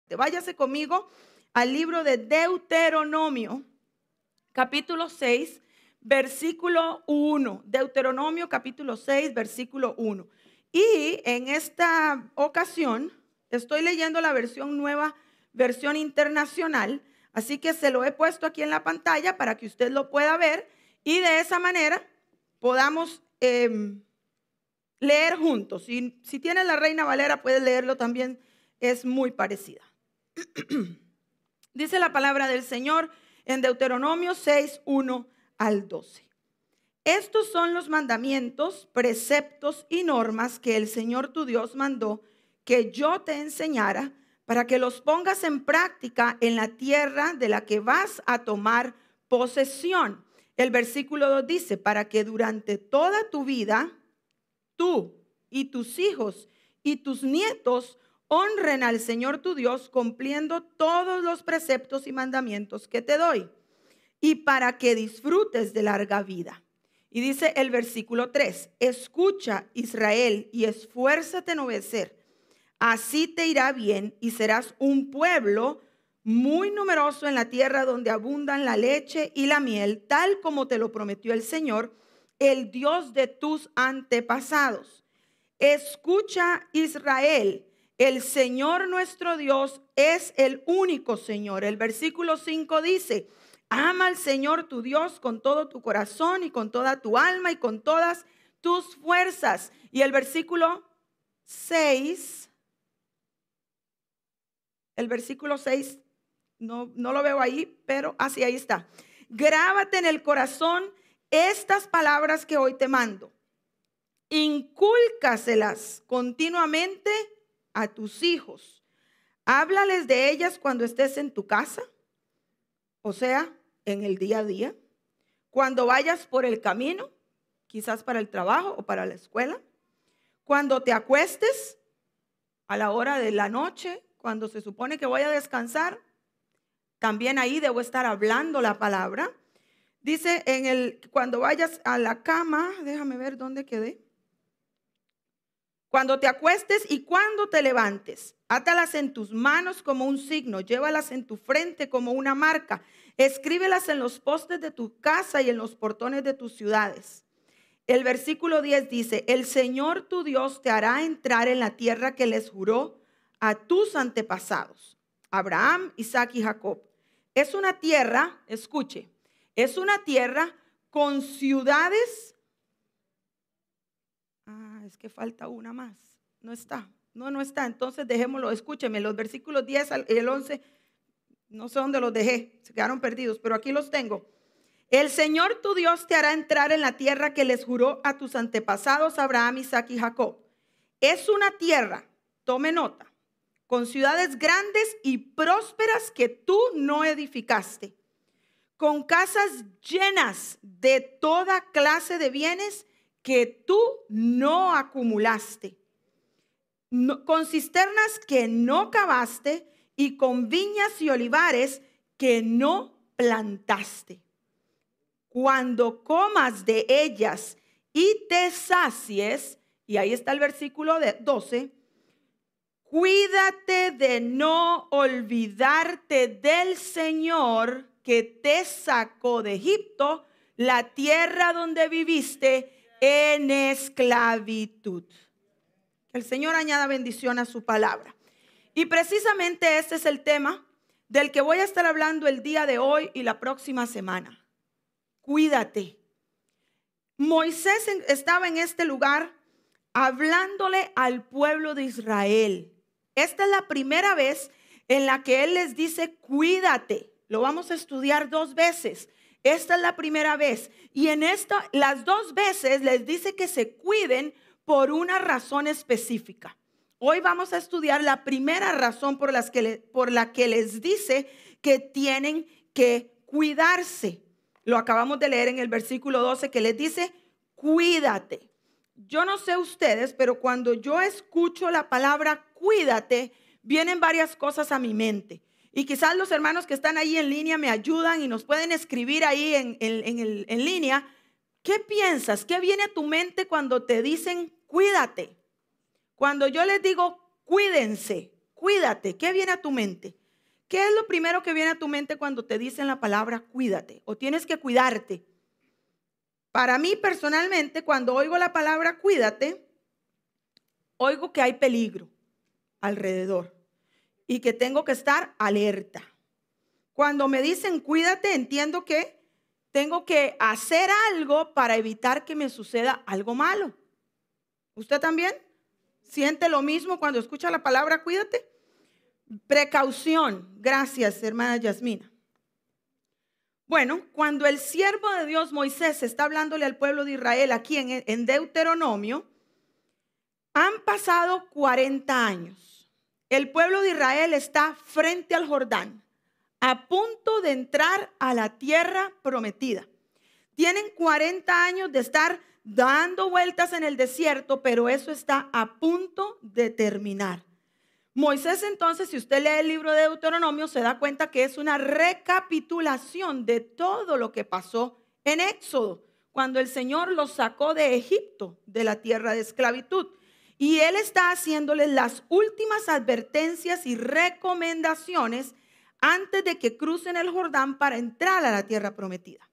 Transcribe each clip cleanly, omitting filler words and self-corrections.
Váyase conmigo al libro de Deuteronomio, capítulo 6, versículo 1. Deuteronomio, capítulo 6, versículo 1. Y en esta ocasión estoy leyendo la versión nueva, versión internacional. Así que se lo he puesto aquí en la pantalla para que usted lo pueda ver y de esa manera podamos leer juntos. Si tienes la Reina Valera, puedes leerlo también, es muy parecida. Dice la palabra del Señor en Deuteronomio 6, 1 al 12. Estos son los mandamientos, preceptos y normas que el Señor tu Dios mandó que yo te enseñara para que los pongas en práctica en la tierra de la que vas a tomar posesión. El versículo 2 dice, para que durante toda tu vida, tú y tus hijos y tus nietos honren al Señor tu Dios cumpliendo todos los preceptos y mandamientos que te doy y para que disfrutes de larga vida. Y dice el versículo 3, escucha Israel y esfuérzate en obedecer. Así te irá bien y serás un pueblo muy numeroso en la tierra donde abundan la leche y la miel, tal como te lo prometió el Señor, el Dios de tus antepasados. Escucha Israel, el Señor nuestro Dios es el único Señor. El versículo 5 dice, ama al Señor tu Dios con todo tu corazón y con toda tu alma y con todas tus fuerzas. Y el versículo 6, no lo veo ahí, pero así ahí está. Grábate en el corazón estas palabras que hoy te mando. Incúlcaselas continuamente a tus hijos. Háblales de ellas cuando estés en tu casa, o sea, en el día a día. Cuando vayas por el camino, quizás para el trabajo o para la escuela. Cuando te acuestes, a la hora de la noche, cuando se supone que voy a descansar, también ahí debo estar hablando la palabra. Dice cuando vayas a la cama, déjame ver dónde quedé. Cuando te acuestes y cuando te levantes, átalas en tus manos como un signo, llévalas en tu frente como una marca, escríbelas en los postes de tu casa y en los portones de tus ciudades. El versículo 10 dice, el Señor tu Dios te hará entrar en la tierra que les juró a tus antepasados, Abraham, Isaac y Jacob. Es una tierra, escuche, es una tierra con ciudades. Es que falta una más. No está. No está. Entonces dejémoslo. Escúcheme, los versículos 10 y el 11, no sé dónde los dejé. Se quedaron perdidos, pero aquí los tengo. El Señor tu Dios te hará entrar en la tierra que les juró a tus antepasados, Abraham, Isaac y Jacob. Es una tierra, tome nota, con ciudades grandes y prósperas que tú no edificaste, con casas llenas de toda clase de bienes que tú no acumulaste, con cisternas que no cavaste y con viñas y olivares que no plantaste. Cuando comas de ellas y te sacies, y ahí está el versículo 12, cuídate de no olvidarte del Señor que te sacó de Egipto, la tierra donde viviste en esclavitud. Que el Señor añada bendición a su palabra. Y precisamente este es el tema del que voy a estar hablando el día de hoy y la próxima semana. Cuídate. Moisés estaba en este lugar hablándole al pueblo de Israel. Esta es la primera vez en la que él les dice cuídate. Lo vamos a estudiar 2 veces. Esta es la primera vez. Y en las 2 veces les dice que se cuiden por una razón específica. Hoy vamos a estudiar la primera razón por la que les dice que tienen que cuidarse. Lo acabamos de leer en el versículo 12 que les dice, cuídate. Yo no sé ustedes, pero cuando yo escucho la palabra cuídate, vienen varias cosas a mi mente. Y quizás los hermanos que están ahí en línea me ayudan y nos pueden escribir ahí en línea. ¿Qué piensas? ¿Qué viene a tu mente cuando te dicen cuídate? Cuando yo les digo cuídense, cuídate. ¿Qué viene a tu mente? ¿Qué es lo primero que viene a tu mente cuando te dicen la palabra cuídate o tienes que cuidarte? Para mí personalmente, cuando oigo la palabra cuídate, oigo que hay peligro alrededor y que tengo que estar alerta. Cuando me dicen cuídate, entiendo que tengo que hacer algo para evitar que me suceda algo malo. ¿Usted también siente lo mismo cuando escucha la palabra cuídate? Precaución. Gracias, hermana Yasmina. Bueno, cuando el siervo de Dios Moisés está hablándole al pueblo de Israel aquí en Deuteronomio, han pasado 40 años. El pueblo de Israel está frente al Jordán, a punto de entrar a la tierra prometida. Tienen 40 años de estar dando vueltas en el desierto, pero eso está a punto de terminar. Moisés entonces, si usted lee el libro de Deuteronomio, se da cuenta que es una recapitulación de todo lo que pasó en Éxodo, cuando el Señor los sacó de Egipto, de la tierra de esclavitud. Y Él está haciéndoles las últimas advertencias y recomendaciones antes de que crucen el Jordán para entrar a la tierra prometida.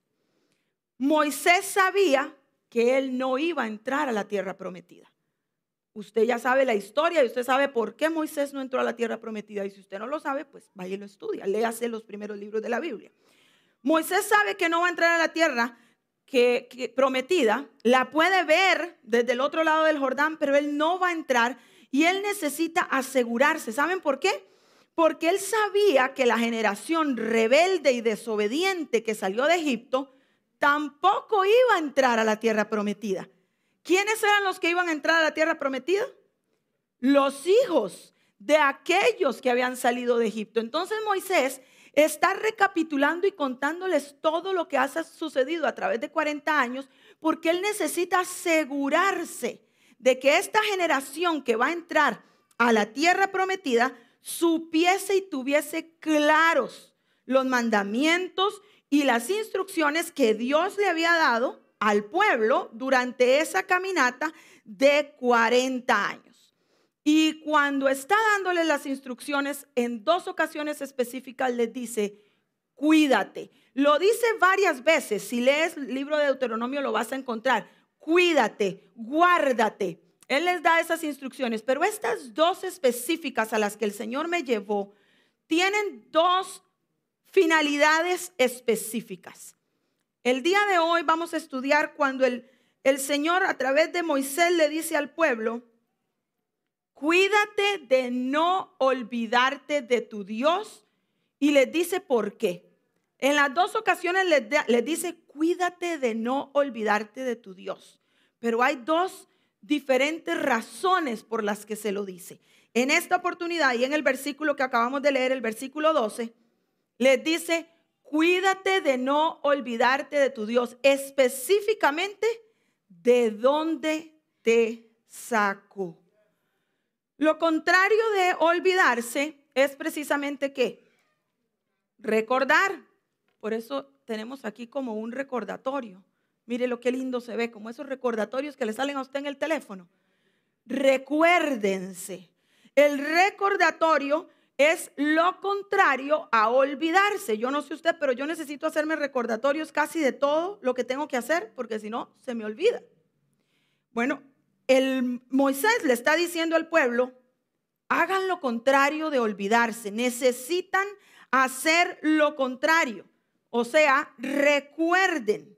Moisés sabía que él no iba a entrar a la tierra prometida. Usted ya sabe la historia y usted sabe por qué Moisés no entró a la tierra prometida. Y si usted no lo sabe, pues vaya y lo estudia. Léase los primeros libros de la Biblia. Moisés sabe que no va a entrar a la tierra que prometida. La puede ver desde el otro lado del Jordán, pero él no va a entrar y él necesita asegurarse. ¿Saben por qué? Porque él sabía que la generación rebelde y desobediente que salió de Egipto tampoco iba a entrar a la tierra prometida. ¿Quiénes eran los que iban a entrar a la tierra prometida? Los hijos de aquellos que habían salido de Egipto. Entonces Moisés está recapitulando y contándoles todo lo que ha sucedido a través de 40 años, porque él necesita asegurarse de que esta generación que va a entrar a la tierra prometida supiese y tuviese claros los mandamientos y las instrucciones que Dios le había dado al pueblo durante esa caminata de 40 años. Y cuando está dándoles las instrucciones, en 2 ocasiones específicas les dice, cuídate. Lo dice varias veces. Si lees el libro de Deuteronomio lo vas a encontrar. Cuídate, guárdate. Él les da esas instrucciones, pero estas 2 específicas a las que el Señor me llevó tienen 2 finalidades específicas. El día de hoy vamos a estudiar cuando el Señor a través de Moisés le dice al pueblo, cuídate de no olvidarte de tu Dios, y les dice por qué. En las 2 ocasiones les dice, cuídate de no olvidarte de tu Dios. Pero hay 2 diferentes razones por las que se lo dice. En esta oportunidad y en el versículo que acabamos de leer, el versículo 12, les dice, cuídate de no olvidarte de tu Dios, específicamente de dónde te sacó. Lo contrario de olvidarse es precisamente ¿qué? Recordar. Por eso tenemos aquí como un recordatorio. Mire lo que lindo se ve, como esos recordatorios que le salen a usted en el teléfono. Recuérdense. El recordatorio es lo contrario a olvidarse. Yo no sé usted, pero yo necesito hacerme recordatorios casi de todo lo que tengo que hacer, porque si no, se me olvida. Bueno, Moisés le está diciendo al pueblo, hagan lo contrario de olvidarse. Necesitan hacer lo contrario. O sea, recuerden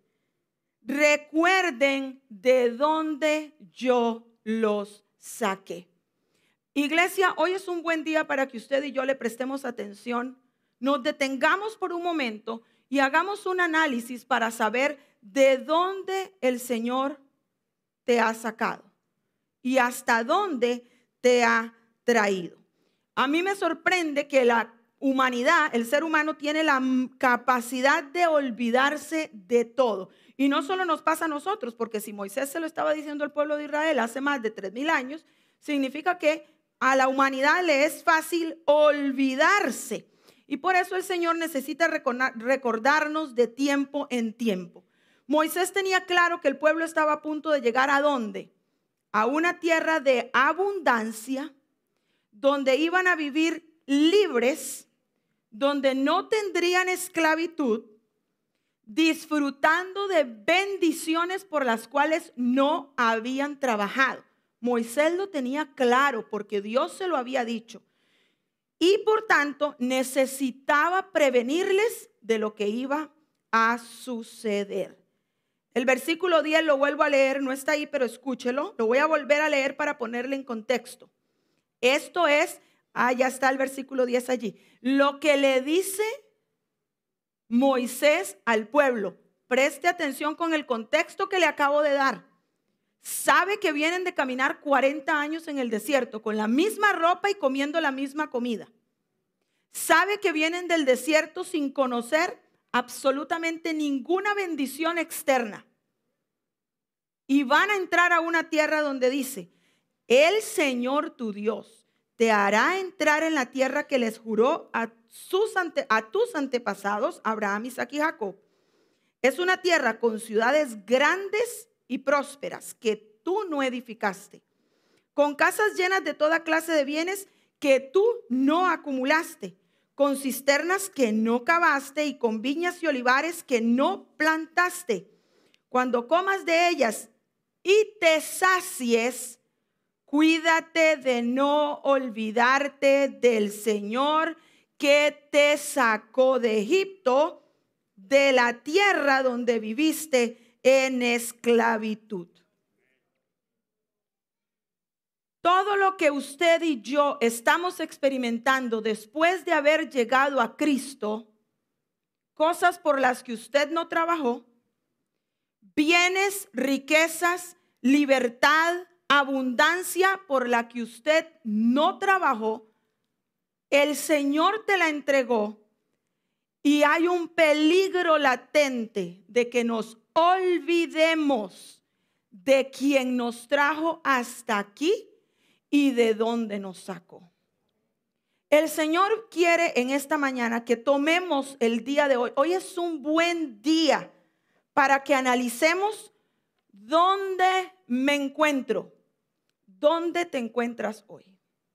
de dónde yo los saqué. Iglesia, hoy es un buen día para que usted y yo le prestemos atención, nos detengamos por un momento y hagamos un análisis para saber de dónde el Señor te ha sacado y hasta dónde te ha traído. A mí me sorprende que la humanidad, el ser humano, tiene la capacidad de olvidarse de todo. Y no solo nos pasa a nosotros, porque si Moisés se lo estaba diciendo al pueblo de Israel hace más de 3000 años, significa que a la humanidad le es fácil olvidarse. Y por eso el Señor necesita recordarnos de tiempo en tiempo. Moisés tenía claro que el pueblo estaba a punto de llegar ¿a dónde? A una tierra de abundancia, donde iban a vivir libres, donde no tendrían esclavitud, disfrutando de bendiciones por las cuales no habían trabajado. Moisés lo tenía claro porque Dios se lo había dicho. Y por tanto necesitaba prevenirles de lo que iba a suceder. El versículo 10 lo vuelvo a leer, no está ahí, pero escúchelo. Lo voy a volver a leer para ponerle en contexto. Esto es, ya está el versículo 10 allí. Lo que le dice Moisés al pueblo. Preste atención con el contexto que le acabo de dar. Sabe que vienen de caminar 40 años en el desierto con la misma ropa y comiendo la misma comida. Sabe que vienen del desierto sin conocer absolutamente ninguna bendición externa. Y van a entrar a una tierra donde dice, el Señor tu Dios te hará entrar en la tierra que les juró a tus antepasados, Abraham, Isaac y Jacob. Es una tierra con ciudades grandes y prósperas que tú no edificaste, con casas llenas de toda clase de bienes que tú no acumulaste, con cisternas que no cavaste y con viñas y olivares que no plantaste. Cuando comas de ellas y te sacies, cuídate de no olvidarte del Señor que te sacó de Egipto, de la tierra donde viviste en esclavitud. Todo lo que usted y yo estamos experimentando después de haber llegado a Cristo, cosas por las que usted no trabajó, bienes, riquezas, libertad, abundancia por la que usted no trabajó, el Señor te la entregó y hay un peligro latente de que nos olvidemos de quien nos trajo hasta aquí y de dónde nos sacó. El Señor quiere en esta mañana que tomemos el día de hoy. Hoy es un buen día para que analicemos dónde me encuentro, dónde te encuentras hoy.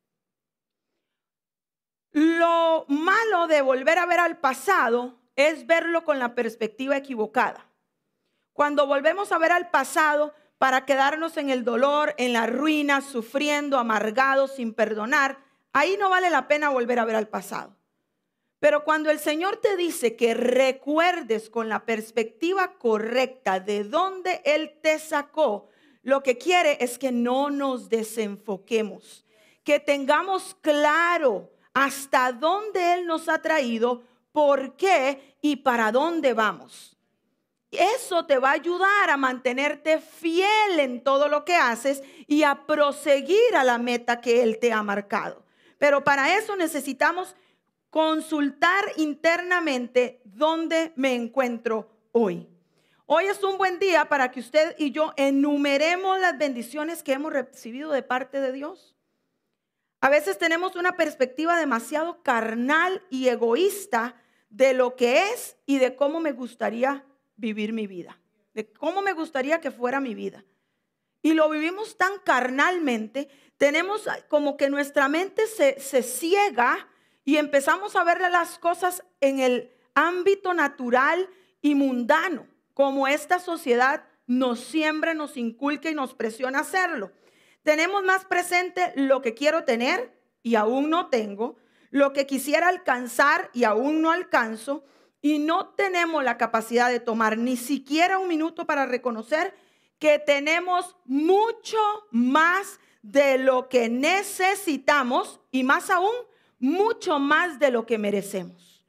Lo malo de volver a ver al pasado es verlo con la perspectiva equivocada. Cuando volvemos a ver al pasado para quedarnos en el dolor, en la ruina, sufriendo, amargados, sin perdonar, ahí no vale la pena volver a ver al pasado. Pero cuando el Señor te dice que recuerdes con la perspectiva correcta de dónde Él te sacó, lo que quiere es que no nos desenfoquemos, que tengamos claro hasta dónde Él nos ha traído, por qué y para dónde vamos. Eso te va a ayudar a mantenerte fiel en todo lo que haces y a proseguir a la meta que Él te ha marcado. Pero para eso necesitamos consultar internamente dónde me encuentro hoy. Hoy es un buen día para que usted y yo enumeremos las bendiciones que hemos recibido de parte de Dios. A veces tenemos una perspectiva demasiado carnal y egoísta de lo que es y de cómo me gustaría vivir mi vida, de cómo me gustaría que fuera mi vida. Y lo vivimos tan carnalmente, tenemos como que nuestra mente se ciega y empezamos a ver las cosas en el ámbito natural y mundano, como esta sociedad nos siembra, nos inculca y nos presiona a hacerlo. Tenemos más presente lo que quiero tener y aún no tengo, lo que quisiera alcanzar y aún no alcanzo, y no tenemos la capacidad de tomar ni siquiera un minuto para reconocer que tenemos mucho más de lo que necesitamos y más aún, mucho más de lo que merecemos.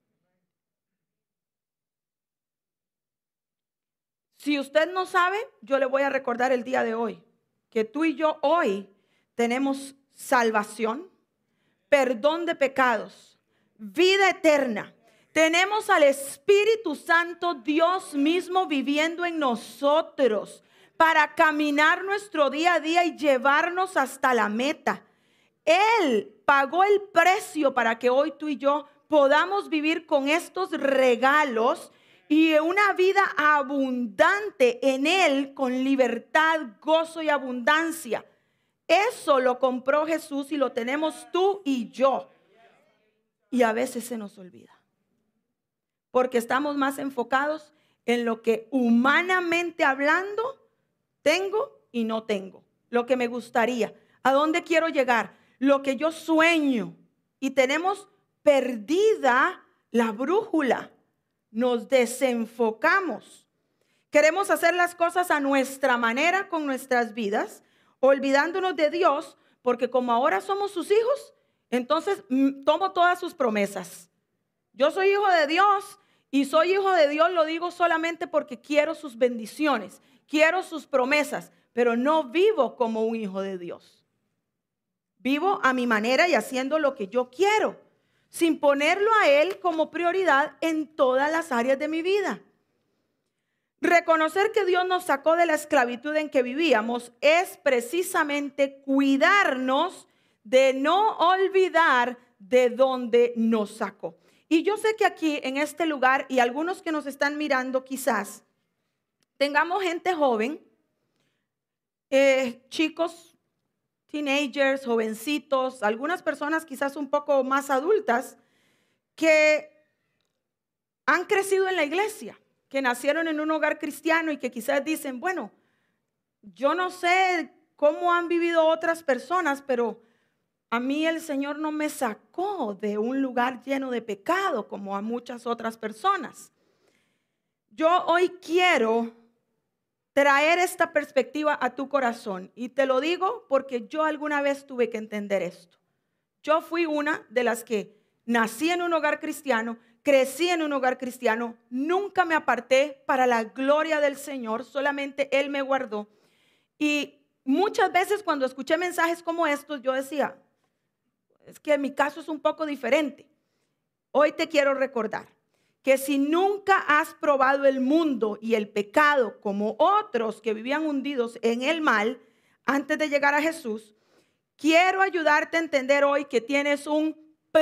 Si usted no sabe, yo le voy a recordar el día de hoy, que tú y yo hoy tenemos salvación, perdón de pecados, vida eterna. Tenemos al Espíritu Santo, Dios mismo viviendo en nosotros para caminar nuestro día a día y llevarnos hasta la meta. Él pagó el precio para que hoy tú y yo podamos vivir con estos regalos y una vida abundante en Él con libertad, gozo y abundancia. Eso lo compró Jesús y lo tenemos tú y yo. Y a veces se nos olvida. Porque estamos más enfocados en lo que humanamente hablando tengo y no tengo. Lo que me gustaría, a dónde quiero llegar, lo que yo sueño. Y tenemos perdida la brújula. Nos desenfocamos. Queremos hacer las cosas a nuestra manera con nuestras vidas, olvidándonos de Dios, porque como ahora somos sus hijos, entonces tomo todas sus promesas. Yo soy hijo de Dios y soy hijo de Dios, lo digo solamente porque quiero sus bendiciones, quiero sus promesas, pero no vivo como un hijo de Dios. Vivo a mi manera y haciendo lo que yo quiero, sin ponerlo a Él como prioridad en todas las áreas de mi vida. Reconocer que Dios nos sacó de la esclavitud en que vivíamos es precisamente cuidarnos de no olvidar de dónde nos sacó. Y yo sé que aquí en este lugar y algunos que nos están mirando quizás tengamos gente joven, chicos, teenagers, jovencitos, algunas personas quizás un poco más adultas que han crecido en la iglesia, que nacieron en un hogar cristiano y que quizás dicen, bueno, yo no sé cómo han vivido otras personas, pero a mí el Señor no me sacó de un lugar lleno de pecado como a muchas otras personas. Yo hoy quiero traer esta perspectiva a tu corazón y te lo digo porque yo alguna vez tuve que entender esto. Yo fui una de las que nací en un hogar cristiano, crecí en un hogar cristiano, nunca me aparté para la gloria del Señor, solamente Él me guardó. Y muchas veces cuando escuché mensajes como estos, yo decía, es que mi caso es un poco diferente. Hoy te quiero recordar que si nunca has probado el mundo y el pecado como otros que vivían hundidos en el mal antes de llegar a Jesús, quiero ayudarte a entender hoy que tienes un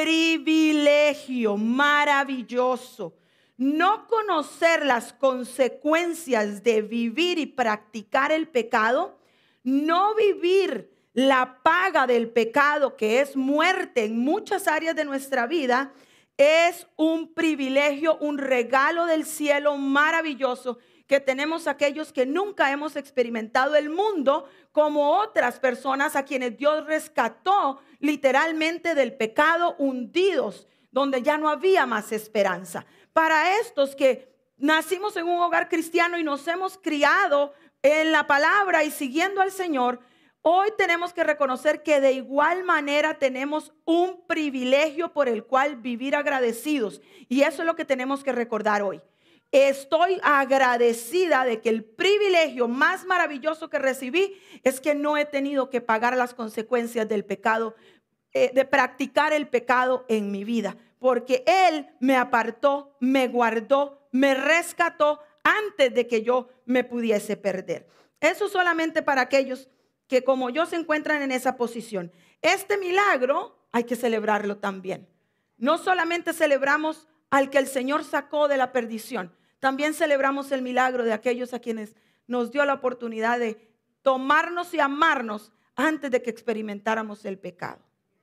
privilegio maravilloso. No conocer las consecuencias de vivir y practicar el pecado, no vivir la paga del pecado, que es muerte en muchas áreas de nuestra vida, es un privilegio, un regalo del cielo maravilloso que tenemos aquellos que nunca hemos experimentado el mundo como otras personas a quienes Dios rescató literalmente del pecado, hundidos, donde ya no había más esperanza. Para estos que nacimos en un hogar cristiano y nos hemos criado en la palabra y siguiendo al Señor, hoy tenemos que reconocer que de igual manera tenemos un privilegio por el cual vivir agradecidos. Y eso es lo que tenemos que recordar hoy. Estoy agradecida de que el privilegio más maravilloso que recibí es que no he tenido que pagar las consecuencias del pecado, de practicar el pecado en mi vida. Porque Él me apartó, me guardó, me rescató antes de que yo me pudiese perder. Eso solamente para aquellos que como yo se encuentran en esa posición. Este milagro hay que celebrarlo también. No solamente celebramos al que el Señor sacó de la perdición, también celebramos el milagro de aquellos a quienes nos dio la oportunidad de tomarnos y amarnos antes de que experimentáramos el pecado.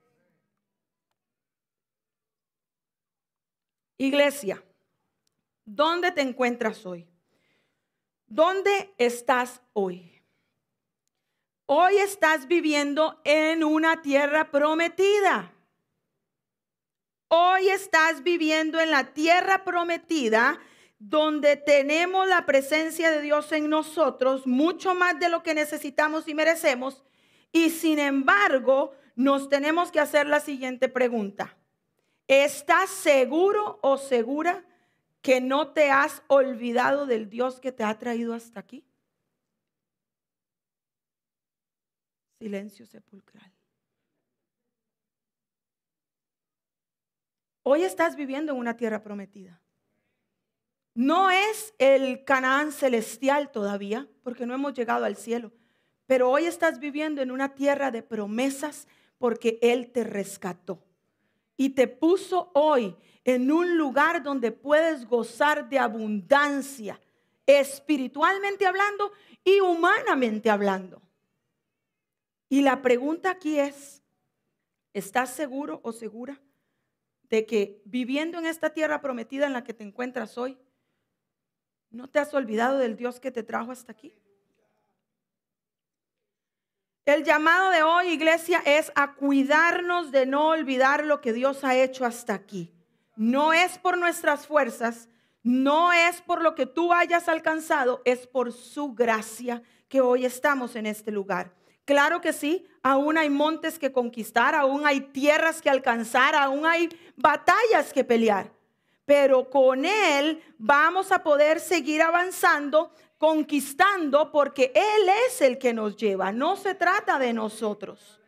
Iglesia, ¿dónde te encuentras hoy? ¿Dónde estás hoy? Hoy estás viviendo en una tierra prometida. Hoy estás viviendo en la tierra prometida donde tenemos la presencia de Dios en nosotros, mucho más de lo que necesitamos y merecemos. Y sin embargo, nos tenemos que hacer la siguiente pregunta. ¿Estás seguro o segura que no te has olvidado del Dios que te ha traído hasta aquí? Silencio sepulcral. Hoy estás viviendo en una tierra prometida. No es el Canaán celestial todavía, porque no hemos llegado al cielo. Pero hoy estás viviendo en una tierra de promesas porque Él te rescató. Y te puso hoy en un lugar donde puedes gozar de abundancia, espiritualmente hablando y humanamente hablando. Y la pregunta aquí es, ¿estás seguro o segura de que viviendo en esta tierra prometida en la que te encuentras hoy, no te has olvidado del Dios que te trajo hasta aquí? El llamado de hoy, iglesia, es a cuidarnos de no olvidar lo que Dios ha hecho hasta aquí. No es por nuestras fuerzas, no es por lo que tú hayas alcanzado, es por su gracia que hoy estamos en este lugar. Claro que sí, aún hay montes que conquistar, aún hay tierras que alcanzar, aún hay batallas que pelear. Pero con Él vamos a poder seguir avanzando, conquistando, porque Él es el que nos lleva. No se trata de nosotros.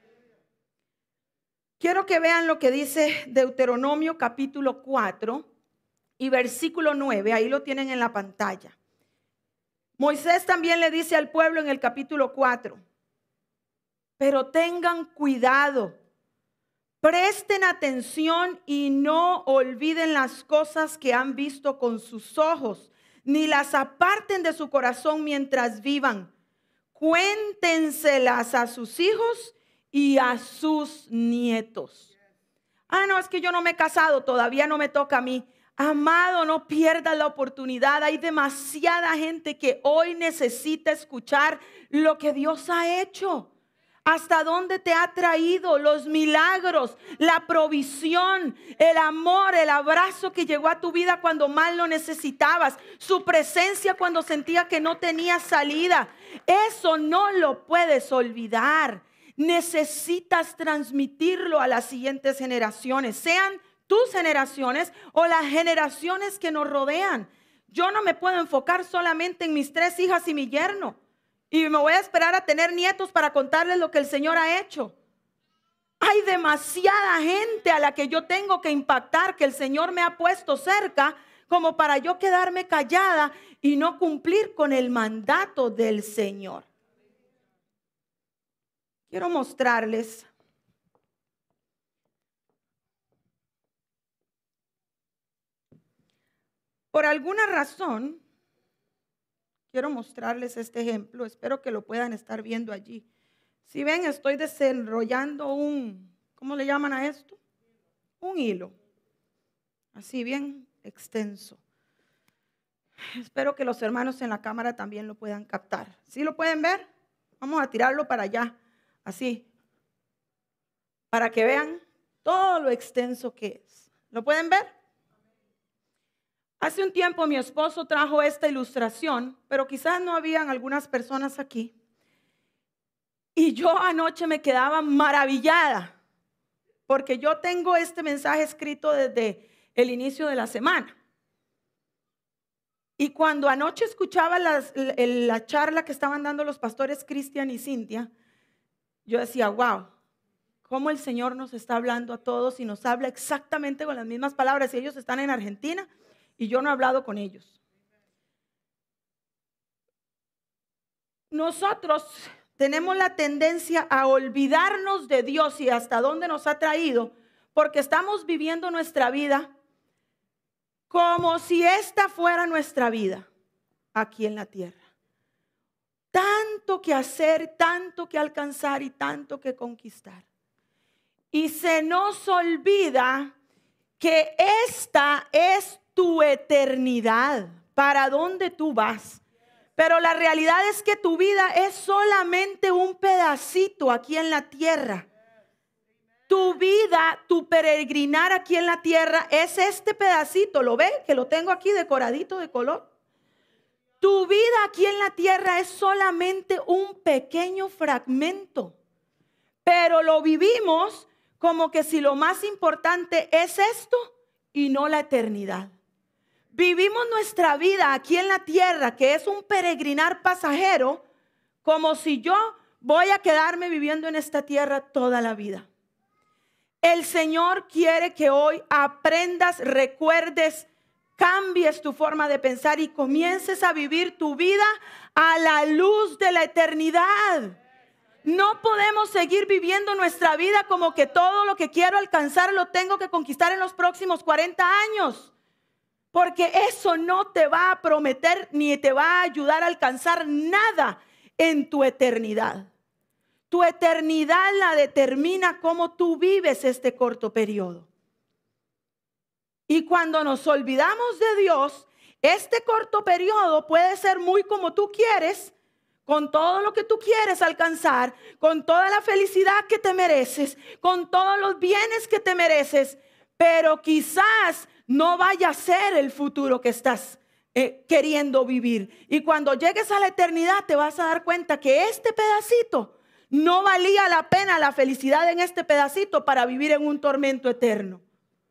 Quiero que vean lo que dice Deuteronomio capítulo 4 y versículo 9. Ahí lo tienen en la pantalla. Moisés también le dice al pueblo en el capítulo 4, pero tengan cuidado, presten atención y no olviden las cosas que han visto con sus ojos, ni las aparten de su corazón mientras vivan. Cuéntenselas a sus hijos y a sus nietos. No, es que yo no me he casado, todavía no me toca a mí. Amado, no pierdas la oportunidad. Hay demasiada gente que hoy necesita escuchar lo que Dios ha hecho. Hasta dónde te ha traído, los milagros, la provisión, el amor, el abrazo que llegó a tu vida cuando más lo necesitabas, su presencia cuando sentía que no tenía salida. Eso no lo puedes olvidar. Necesitas transmitirlo a las siguientes generaciones, sean tus generaciones o las generaciones que nos rodean. Yo no me puedo enfocar solamente en mis 3 hijas y mi yerno. Y me voy a esperar a tener nietos para contarles lo que el Señor ha hecho. Hay demasiada gente a la que yo tengo que impactar, que el Señor me ha puesto cerca, como para yo quedarme callada y no cumplir con el mandato del Señor. Quiero mostrarles por alguna razón. Quiero mostrarles este ejemplo. Espero que lo puedan estar viendo allí. Si ven, estoy desenrollando ¿cómo le llaman a esto? Un hilo. Así bien extenso. Espero que los hermanos en la cámara también lo puedan captar. ¿Sí lo pueden ver? Vamos a tirarlo para allá. Así. Para que vean todo lo extenso que es. ¿Lo pueden ver? Hace un tiempo mi esposo trajo esta ilustración, pero quizás no habían algunas personas aquí. Y yo anoche me quedaba maravillada, porque yo tengo este mensaje escrito desde el inicio de la semana. Y cuando anoche escuchaba la charla que estaban dando los pastores Cristian y Cintia, yo decía, wow, cómo el Señor nos está hablando a todos y nos habla exactamente con las mismas palabras. Y ellos están en Argentina y yo no he hablado con ellos. Nosotros tenemos la tendencia a olvidarnos de Dios y hasta dónde nos ha traído, porque estamos viviendo nuestra vida como si esta fuera nuestra vida aquí en la tierra. Tanto que hacer, tanto que alcanzar y tanto que conquistar. Y se nos olvida que esta es tu eternidad, para dónde tú vas. Pero la realidad es que tu vida es solamente un pedacito aquí en la tierra. Tu vida, tu peregrinar aquí en la tierra es este pedacito. ¿Lo ve? Que lo tengo aquí decoradito de color. Tu vida aquí en la tierra es solamente un pequeño fragmento. Pero lo vivimos como que si lo más importante es esto y no la eternidad. Vivimos nuestra vida aquí en la tierra, que es un peregrinar pasajero, como si yo voy a quedarme viviendo en esta tierra toda la vida. El Señor quiere que hoy aprendas, recuerdes, cambies tu forma de pensar y comiences a vivir tu vida a la luz de la eternidad. No podemos seguir viviendo nuestra vida como que todo lo que quiero alcanzar lo tengo que conquistar en los próximos 40 años. Porque eso no te va a prometer ni te va a ayudar a alcanzar nada en tu eternidad. Tu eternidad la determina cómo tú vives este corto periodo. Y cuando nos olvidamos de Dios, este corto periodo puede ser muy como tú quieres, con todo lo que tú quieres alcanzar, con toda la felicidad que te mereces, con todos los bienes que te mereces, pero quizás no vaya a ser el futuro que estás queriendo vivir. Y cuando llegues a la eternidad te vas a dar cuenta que este pedacito no valía la pena, la felicidad en este pedacito para vivir en un tormento eterno.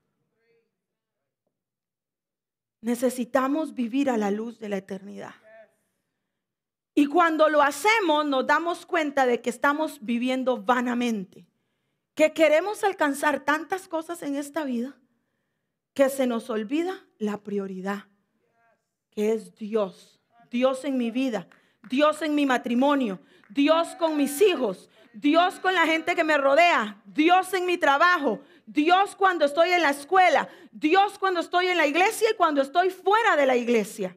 Necesitamos vivir a la luz de la eternidad. Y cuando lo hacemos nos damos cuenta de que estamos viviendo vanamente, que queremos alcanzar tantas cosas en esta vida que se nos olvida la prioridad, que es Dios. Dios en mi vida, Dios en mi matrimonio, Dios con mis hijos, Dios con la gente que me rodea, Dios en mi trabajo, Dios cuando estoy en la escuela, Dios cuando estoy en la iglesia y cuando estoy fuera de la iglesia.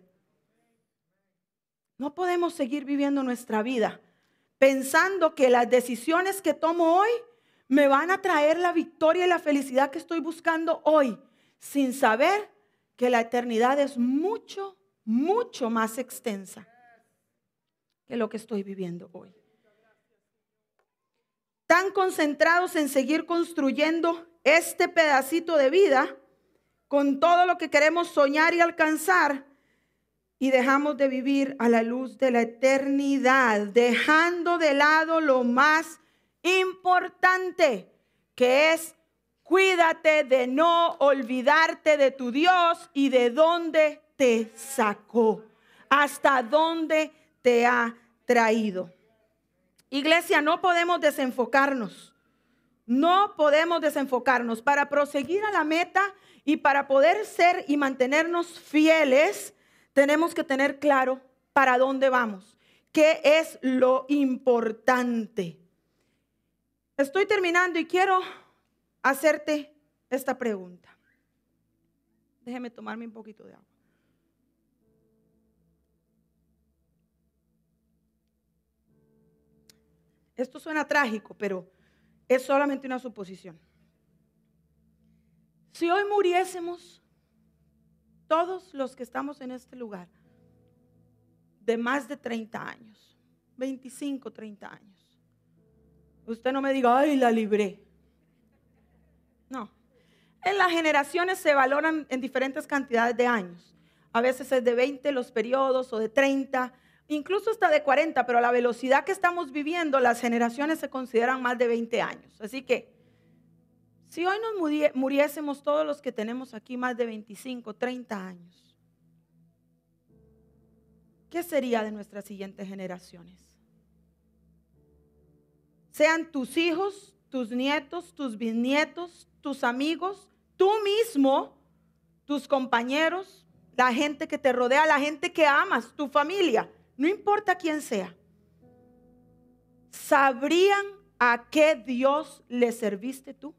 No podemos seguir viviendo nuestra vida pensando que las decisiones que tomo hoy me van a traer la victoria y la felicidad que estoy buscando hoy, sin saber que la eternidad es mucho, mucho más extensa que lo que estoy viviendo hoy. Tan concentrados en seguir construyendo este pedacito de vida con todo lo que queremos soñar y alcanzar, y dejamos de vivir a la luz de la eternidad, dejando de lado lo más importante, que es cuídate de no olvidarte de tu Dios y de dónde te sacó, hasta dónde te ha traído. Iglesia, no podemos desenfocarnos. No podemos desenfocarnos. Para proseguir a la meta y para poder ser y mantenernos fieles, tenemos que tener claro para dónde vamos, qué es lo importante. Estoy terminando y quiero hacerte esta pregunta. Déjeme tomarme un poquito de agua. Esto suena trágico, pero es solamente una suposición. Si hoy muriésemos, todos los que estamos en este lugar, de más de 30 años, 25, 30 años, usted no me diga, ay, la libré. No. En las generaciones se valoran en diferentes cantidades de años. A veces es de 20 los periodos o de 30, incluso hasta de 40, pero a la velocidad que estamos viviendo, las generaciones se consideran más de 20 años. Así que, si hoy nos muriésemos todos los que tenemos aquí más de 25, 30 años, ¿qué sería de nuestras siguientes generaciones? Sean tus hijos, tus nietos, tus bisnietos, tus amigos, tú mismo, tus compañeros, la gente que te rodea, la gente que amas, tu familia, no importa quién sea. ¿Sabrían a qué Dios le serviste tú?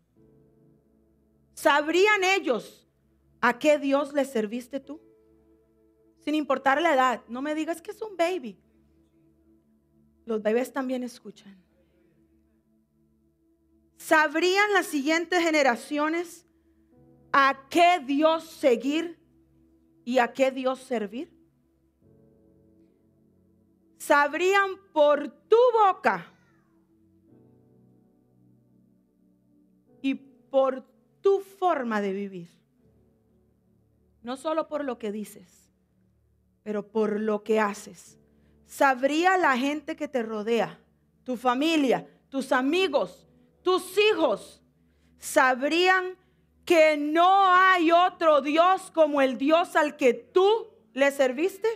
¿Sabrían ellos a qué Dios le serviste tú? Sin importar la edad. No me digas que es un baby. Los bebés también escuchan. ¿Sabrían las siguientes generaciones a qué Dios seguir y a qué Dios servir? ¿Sabrían por tu boca y por tu forma de vivir? No solo por lo que dices, pero por lo que haces. ¿Sabría la gente que te rodea, tu familia, tus amigos, tus hijos, sabrían que no hay otro Dios como el Dios al que tú le serviste?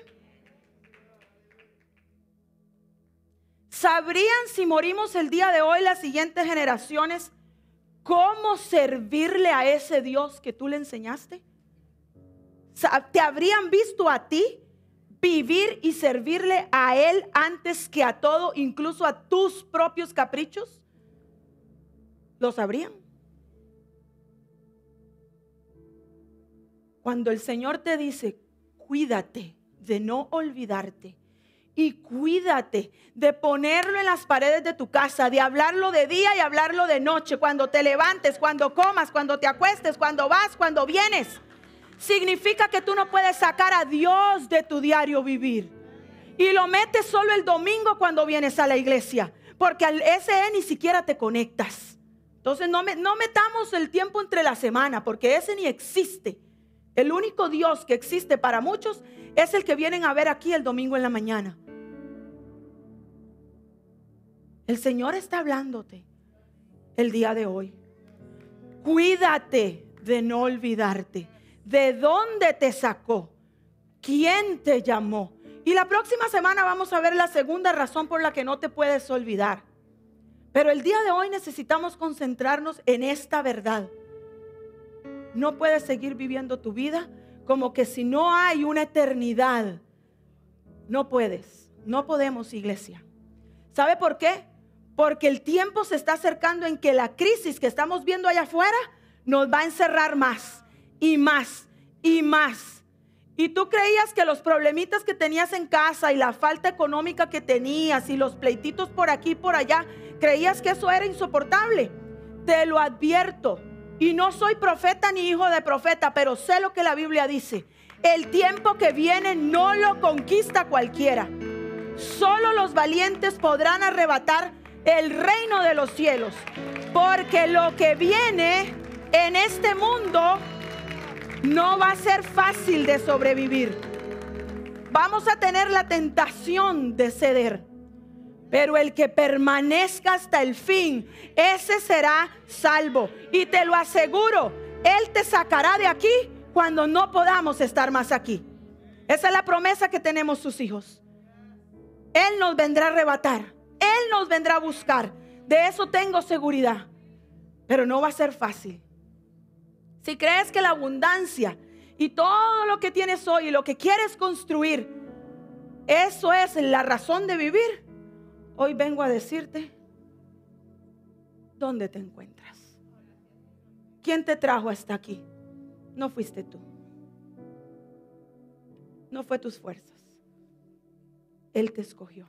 ¿Sabrían, si morimos el día de hoy, las siguientes generaciones, cómo servirle a ese Dios que tú le enseñaste? ¿Te habrían visto a ti vivir y servirle a Él antes que a todo, incluso a tus propios caprichos? ¿Lo sabrían? Cuando el Señor te dice, cuídate de no olvidarte Y cuídate de ponerlo en las paredes de tu casa, de hablarlo de día y hablarlo de noche, cuando te levantes, cuando comas, cuando te acuestes, cuando vas, cuando vienes. Significa que tú no puedes sacar a Dios de tu diario vivir. Y lo metes solo el domingo cuando vienes a la iglesia, porque al SE ni siquiera te conectas. Entonces no metamos el tiempo entre la semana, porque ese ni existe. El único Dios que existe para muchos es el que vienen a ver aquí el domingo en la mañana. El Señor está hablándote el día de hoy. Cuídate de no olvidarte de dónde te sacó, quién te llamó. Y la próxima semana vamos a ver la segunda razón por la que no te puedes olvidar. Pero el día de hoy necesitamos concentrarnos en esta verdad. No puedes seguir viviendo tu vida como que si no hay una eternidad. No puedes, no podemos, iglesia. ¿Sabe por qué? Porque el tiempo se está acercando en que la crisis que estamos viendo allá afuera nos va a encerrar más y más y más. Y tú creías que los problemitas que tenías en casa y la falta económica que tenías y los pleititos por aquí y por allá, creías que eso era insoportable. Te lo advierto. Y no soy profeta ni hijo de profeta, pero sé lo que la Biblia dice. El tiempo que viene no lo conquista cualquiera. Solo los valientes podrán arrebatar el reino de los cielos. Porque lo que viene en este mundo no va a ser fácil de sobrevivir. Vamos a tener la tentación de ceder. Pero el que permanezca hasta el fin, ese será salvo. Y te lo aseguro, Él te sacará de aquí cuando no podamos estar más aquí. Esa es la promesa que tenemos sus hijos. Él nos vendrá a arrebatar. Él nos vendrá a buscar. De eso tengo seguridad. Pero no va a ser fácil. Si crees que la abundancia y todo lo que tienes hoy y lo que quieres construir, eso es la razón de vivir, hoy vengo a decirte dónde te encuentras. ¿Quién te trajo hasta aquí? No fuiste tú. No fue tus fuerzas. Él te escogió.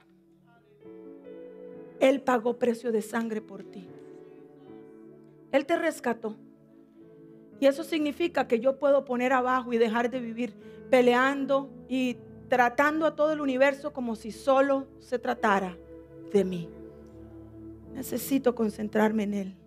Él pagó precio de sangre por ti. Él te rescató. Y eso significa que yo puedo poner abajo y dejar de vivir peleando y tratando a todo el universo como si solo se tratara de mí. Necesito concentrarme en Él.